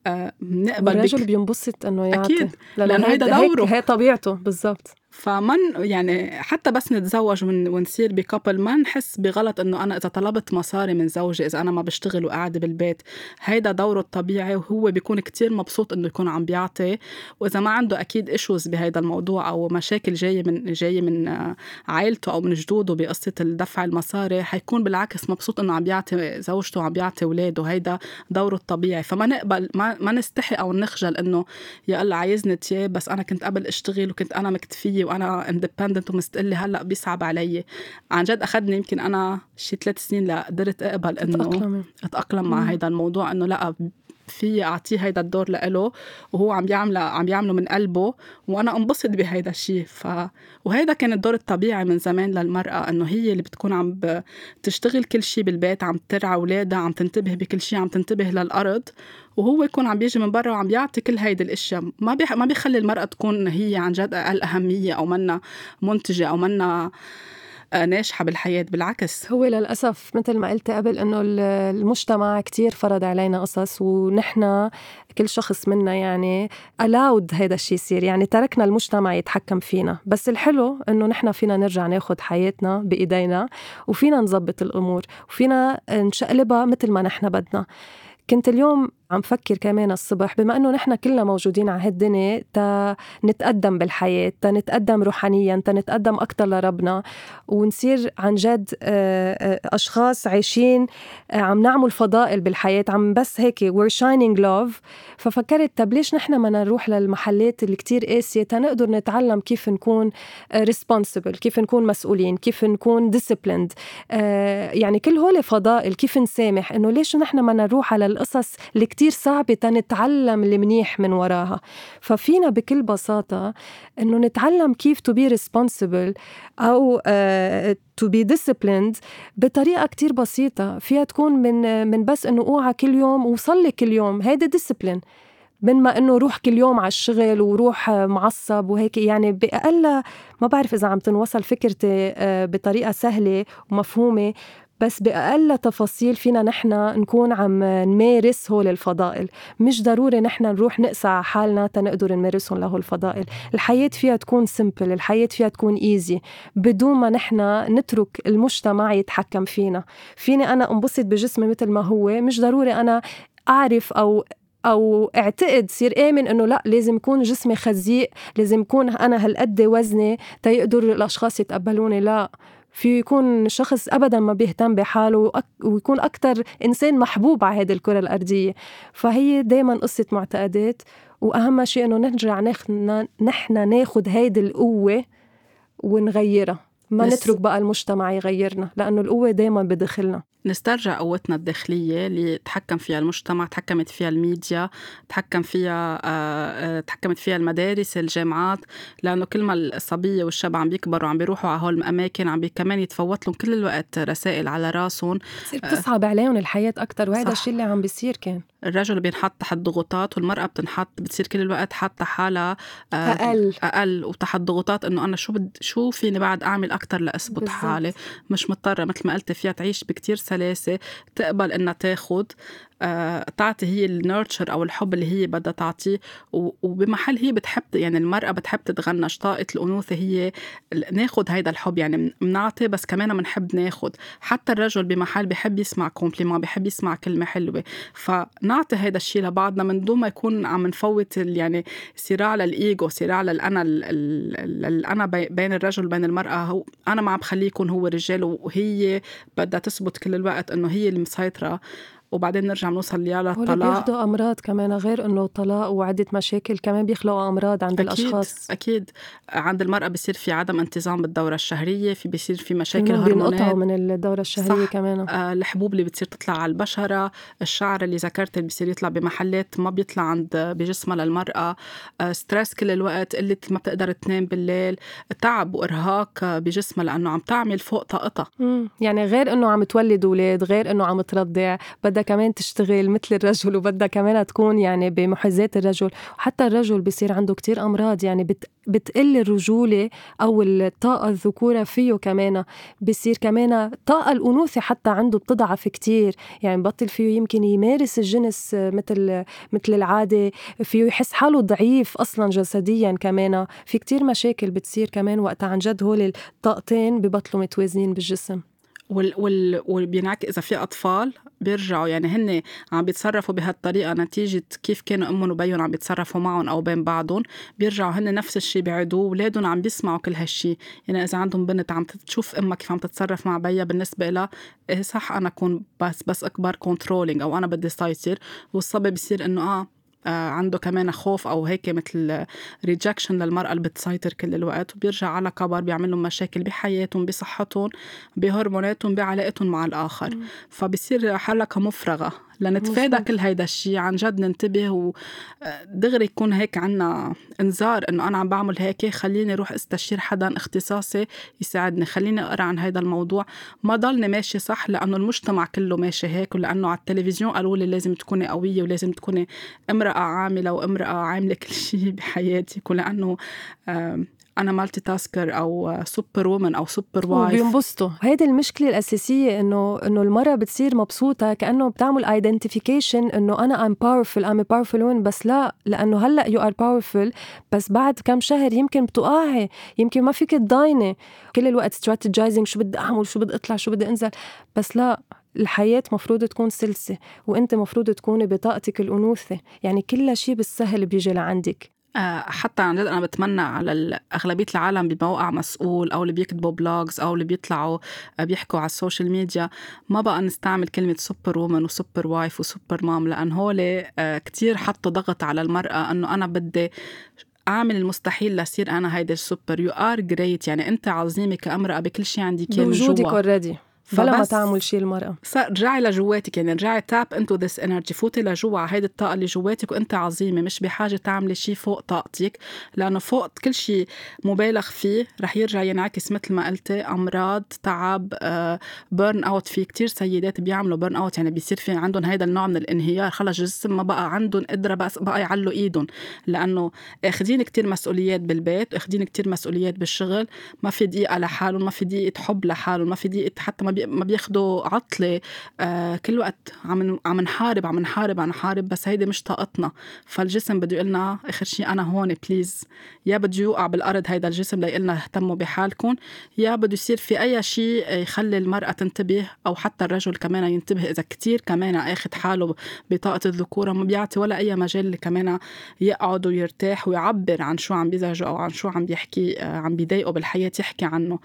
نقبل. الرجل بينبسط إنه يعطي، أكيد، لأنه هيدا دوره، هي طبيعته بالضبط. فمن يعني حتى بس نتزوج ونصير بكابل، ما نحس بغلط إنه أنا إذا طلبت مصاري من زوجي، إذا أنا ما بشتغل وقاعد بالبيت، هيدا دوره الطبيعي، وهو بيكون كتير مبسوط إنه يكون عم بيعطي. وإذا ما عنده أكيد إشوز بهيدا الموضوع أو مشاكل جاية من عائلته أو من جدوده بقصة الدفع المصاري، حيكون بالعكس مبسوط إنه عم بيعطي زوجته وعم بيعطي ولاده. هيدا دوره الطبيعي. فما نقبل، ما نستحي أو نخجل إنه يا الله عايزني تياب، بس أنا كنت قبل أشتغل وكنت أنا مكتفية وأنا independent ومستقلة، هلأ بيصعب علي. عن جد أخذني يمكن أنا شي 3 سنين لقدرت أقبل إنه أتأقلم مع هيدا الموضوع، إنه لأ في أعطيه هيدا الدور لإله، وهو عم يعمله من قلبه، وأنا انبسط بهيدا الشيء. وهيدا كان الدور الطبيعي من زمان للمرأة، إنه هي اللي بتكون عم تشتغل كل شيء بالبيت، عم ترعى أولادها، عم تنتبه بكل شيء، عم تنتبه للأرض، وهو يكون عم بيجي من برا وعم بيعطي كل هيدا الاشياء. ما بيخلي المرأة تكون هي عن جد اقل اهمية او منا منتجة او منا ناجحة بالحياة. بالعكس، هو للأسف مثل ما قلت قبل إنه المجتمع كتير فرض علينا قصص، ونحن كل شخص منا يعني allowed هيدا الشيء يصير، يعني تركنا المجتمع يتحكم فينا. بس الحلو إنه نحن فينا نرجع ناخد حياتنا بإيدينا، وفينا نظبط الأمور، وفينا نشقلبها مثل ما نحن بدنا. كنت اليوم عم فكر كمان الصبح، بما أنه نحن كلنا موجودين على هالدنيا نتقدم بالحياة، نتقدم روحانيا، نتقدم أكتر لربنا، ونصير عن جد أشخاص عايشين عم نعمل فضائل بالحياة، عم بس هيك we're shining love. ففكرت طب ليش نحن ما نروح للمحلات اللي كتير قاسية تنقدر نتعلم كيف نكون responsible، كيف نكون مسؤولين، كيف نكون disciplined، يعني كل هول فضائل، كيف نسامح. إنه ليش نحن ما نروح على القصص اللي كتير صعبة تنتعلم المنيح من وراها. ففينا بكل بساطة إنه نتعلم كيف to be responsible أو to be disciplined بطريقة كتير بسيطة، فيها تكون من بس إنه أوعى كل يوم وصلي كل يوم، هيدا discipline، من ما إنه روح كل يوم على الشغل وروح معصب وهيك. يعني بأقل، ما بعرف إذا عم تنوصل فكرتي بطريقة سهلة ومفهومة، بس بأقل تفاصيل فينا نحن نكون عم نمارس هول الفضائل. مش ضروري نحن نروح نقسى على حالنا تنقدر نمارسهم له الفضائل. الحياة فيها تكون simple، الحياة فيها تكون easy، بدون ما نحن نترك المجتمع يتحكم فينا. فيني أنا انبسط بجسمي مثل ما هو، مش ضروري أنا أعرف أو اعتقد صير آمن إنه لا لازم يكون جسمي خزيق، لازم يكون أنا هالقد وزني تيقدر الأشخاص يتقبلوني. لا، في يكون شخص أبداً ما بيهتم بحاله ويكون أكتر إنسان محبوب على هذه الكرة الأرضية. فهي دايماً قصة معتقدات، وأهم شيء إنه نرجع نحن ناخد هيدي القوة ونغيرها، ما نترك بقى المجتمع يغيرنا، لأنه القوة دايماً بداخلنا. نسترجع قوتنا الداخلية اللي تحكم فيها المجتمع، تحكمت فيها الميديا، تحكمت فيها المدارس، الجامعات. لأنه كل ما الصبية والشاب عم بيكبروا عم بيروحوا على هول الأماكن، عم كمان يتفوت لهم كل الوقت رسائل على راسهم، تصير تصعب عليهم الحياة أكتر. وهذا الشيء اللي عم بيصير. كان الرجل بينحط تحت ضغوطات، والمرأة بتصير كل الوقت حاطة حالها أقل وتحت ضغوطات إنه أنا شو فيني بعد أعمل أكتر لأثبت حالي. مش مضطرة مثل ما قلت فيها تعيش بكتير سلاسة، تقبل إنها تاخد تعطي هي النيرتشر أو الحب اللي هي بدها تعطيه، وبمحل هي بتحب يعني المرأة بتحب تتغنج. طاقة الأنوثة هي ناخد هيدا الحب، يعني منعطي بس كمان منحب ناخد. حتى الرجل بمحل بيحب يسمع كومبليمان، بيحب يسمع كلمة حلوة، فنعطي هيدا الشيء لبعضنا من دون ما يكون عم نفوت يعني صراع للإيجو، صراع للأنا، الأنا بين الرجل وبين المرأة. هو أنا ما عم بخليه يكون هو رجال وهي بدها تثبت كل الوقت إنه هي المسيطرة، وبعدين نرجع نوصل يا ولا للطلاق. بياخدوا أمراض كمان، غير إنه طلاق وعدة مشاكل كمان بيخلقوا أمراض عند الأشخاص. أكيد عند المرأة بيصير في عدم انتظام بالدورة الشهرية، بيصير في مشاكل كمان بينقطعوا هرمونات. من الدورة الشهرية كمان. الحبوب اللي بتصير تطلع على البشرة، الشعر اللي ذكرت اللي بيصير يطلع بمحلات ما بيطلع عند بجسمها للمرأة، ستريس كل الوقت، اللي ما بتقدر تنام بالليل، تعب وإرهاق بجسمها لأنه عم تعمل فوق طاقتها. يعني غير إنه عم تولد أولاد، غير إنه عم ترضع، بدها كمان تشتغل مثل الرجل، وبدها كمان تكون يعني بمحيزات الرجل. وحتى الرجل بيصير عنده كتير أمراض، يعني بتقل الرجولة أو الطاقة الذكورة فيه كمان. بيصير كمان طاقة الأنوثة حتى عنده بتضعف كتير، يعني بطل فيه يمكن يمارس الجنس مثل العادة، فيه يحس حاله ضعيف أصلا جسديا. كمان في كتير مشاكل بتصير كمان وقت عن جد هول الطاقتين ببطلوا متوازنين بالجسم. وبينعكس إذا في أطفال بيرجعوا يعني هن عم بيتصرفوا بهالطريقة نتيجة كيف كانوا أمهم وبيهم عم بيتصرفوا معهم أو بين بعضهم، بيرجعوا هن نفس الشيء بيعيدوه. ولادهم عم بيسمعوا كل هالشي، يعني إذا عندهم بنت عم تشوف أمها كيف عم تتصرف مع بيها، بالنسبة لها إيه صح أنا أكون بس أكبر كنترولينج أو أنا بدي سيطر. والصبي بيصير إنه عنده كمان خوف أو هيك مثل ريجكشن للمرأة اللي بتسيطر كل الوقت، وبيرجع على كبر بيعملوا مشاكل بحياتهم، بصحتهم، بهرموناتهم، بعلاقتهم مع الآخر. فبصير حلقة مفرغة. لنتفادى كل هيدا الشيء عن جد ننتبه، ودغري يكون هيك عنا انذار إنه أنا عم بعمل هيك، خليني روح استشير حدا اختصاصي يساعدني، خليني أقرأ عن هيدا الموضوع، ما ضلني ماشي صح لأنه المجتمع كله ماشي هيك، ولأنه على التلفزيون قالوا لي لازم تكوني قوية ولازم تكوني امرأة عاملة وامرأة عاملة كل شيء بحياتك، ولأنه أنا مالتي تاسكر أو سوبر وومن أو سوبر وايف. وبينبسطوا. هيدي المشكلة الأساسية، إنه المرأة بتصير مبسوطة كأنه بتعمل identification إنه أنا I'm powerful woman، بس لا، لأنه هلأ you are powerful، بس بعد كم شهر يمكن بتقعي، يمكن ما فيك تضايني كل الوقت strategizing شو بدي أعمل، شو بدي أطلع، شو بدي أنزل. بس لا، الحياة مفروض تكون سلسة، وإنت مفروض تكوني بطاقتك الأنوثة، يعني كل شيء بالسهل بيجي لعندك. حتى عن جد أنا بتمنى على أغلبية العالم بموقع مسؤول أو اللي بيكتبوا بلوجز أو اللي بيطلعوا بيحكوا على السوشيال ميديا ما بقى نستعمل كلمة سوبر وومن وسوبر وايف وسوبر مام، لأن هولي كتير حطوا ضغط على المرأة أنه أنا بدي أعمل المستحيل لصير أنا هيدا السوبر. you are great، يعني أنت عظيمة كامرأة بكل شيء عندي كان بوجودك جوا already بلا ما تعمل شيء المرأة. رجعي لجواتك، يعني رجعي تاب انتو ذس انرجي، فوتي لجوا على هيدي الطاقة اللي جواتك، وانت عظيمة مش بحاجة تعملي شيء فوق طاقتك، لأنه فوق كل شيء مبالغ فيه رح يرجع ينعكس مثل ما قلتي أمراض، تعب، بيرن اوت. في كتير سيدات بيعملوا بيرن اوت، يعني بيصير في عندهم هيدا النوع من الانهيار، خلص الجسم ما بقى عندهم قدرة بس بقى يعلوا ايدهم، لأنه اخدين كتير مسؤوليات بالبيت، اخدين كتير مسؤوليات بالشغل، ما في دقيقة لحالهم، ما في دقيقة حب لحالهم، ما في دقيقة حتى ما بياخدوا عطلة. كل وقت عم نحارب، بس هيدي مش طاقتنا. فالجسم بده يقولنا آخر شيء أنا هون بليز، يا بده يوقع بالأرض هيدا الجسم ليقلنا اهتموا بحالكم، يا بده يصير في أي شيء يخلي المرأة تنتبه، أو حتى الرجل كمان ينتبه. إذا كتير كمان أخد حاله بطاقة الذكورة ما بيعطي ولا أي مجال كمان يقعد ويرتاح ويعبر عن شو عم بيزعجه أو عن شو عم بيحكي عم بيضايقه بالحياة يحكي عنه.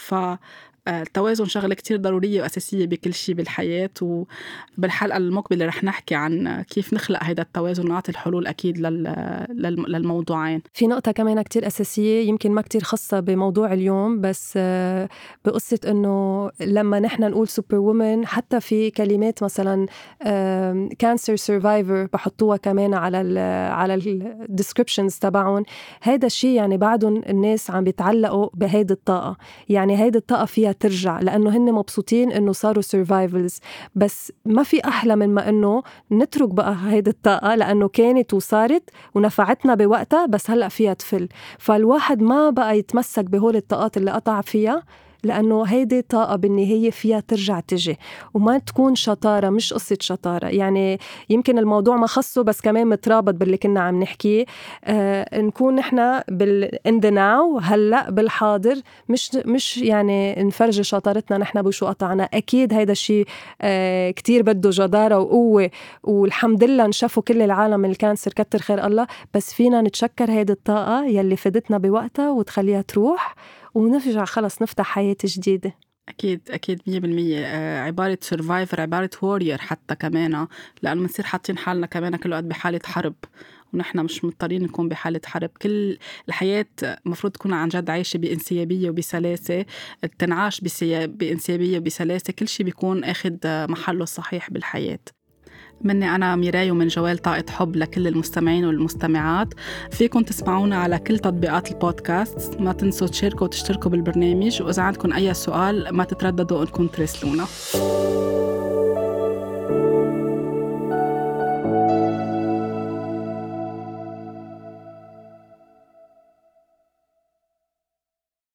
التوازن شغلة كتير ضرورية وأساسية بكل شيء بالحياة. وبالحلقة المقبلة رح نحكي عن كيف نخلق هيدا التوازن ونعطي الحلول أكيد للموضوعين. في نقطة كمان كتير أساسية يمكن ما كتير خاصة بموضوع اليوم، بس بقصة إنه لما نحن نقول سوبر وومن، حتى في كلمات مثلا كانسر سيرفايفر بحطوها كمان على الديسكريبشنز تبعهم. هيدا الشيء يعني بعدهم الناس عم بيتعلقوا بهيدي الطاقة، يعني هيدي الطاقة فيها ترجع لأنه هن مبسوطين إنه صاروا survivals. بس ما في أحلى من ما إنه نترك بقى هيدي الطاقة، لأنه كانت وصارت ونفعتنا بوقتها، بس هلأ فيها تفل. فالواحد ما بقى يتمسك بهول الطاقات اللي قطع فيها، لأنه هيدي طاقة بالنهاية فيها ترجع تجي، وما تكون شطارة، مش قصة شطارة. يعني يمكن الموضوع ما خصه بس كمان مترابط باللي كنا عم نحكيه. نكون نحن in the now، هلأ بالحاضر، مش يعني نفرج شطارتنا نحن بشو قطعنا. أكيد هيدا الشيء كتير بده جدارة وقوة، والحمد لله نشفوا كل العالم الكانسر، كتر خير الله. بس فينا نتشكر هيدي الطاقة يلي فدتنا بوقتها وتخليها تروح، ونرجع خلص نفتح حياة جديدة. أكيد 100%. عبارة survivor، عبارة warrior حتى كمان، لأنه منصير حاطين حالنا كمان كل وقت بحالة حرب، ونحن مش مضطرين نكون بحالة حرب. كل الحياة مفروض تكون عن جد عايشة بإنسيابية وبسلاسة، تنعاش بإنسيابية وبسلاسة، كل شيء بيكون أخد محله الصحيح بالحياة. مني أنا ميراي ومن جوال طاقة حب لكل المستمعين والمستمعات. فيكم تسمعونا على كل تطبيقات البودكاست، ما تنسوا تشاركوا وتشتركوا بالبرنامج، وإذا عندكم أي سؤال ما تترددوا أنكم تراسلونا.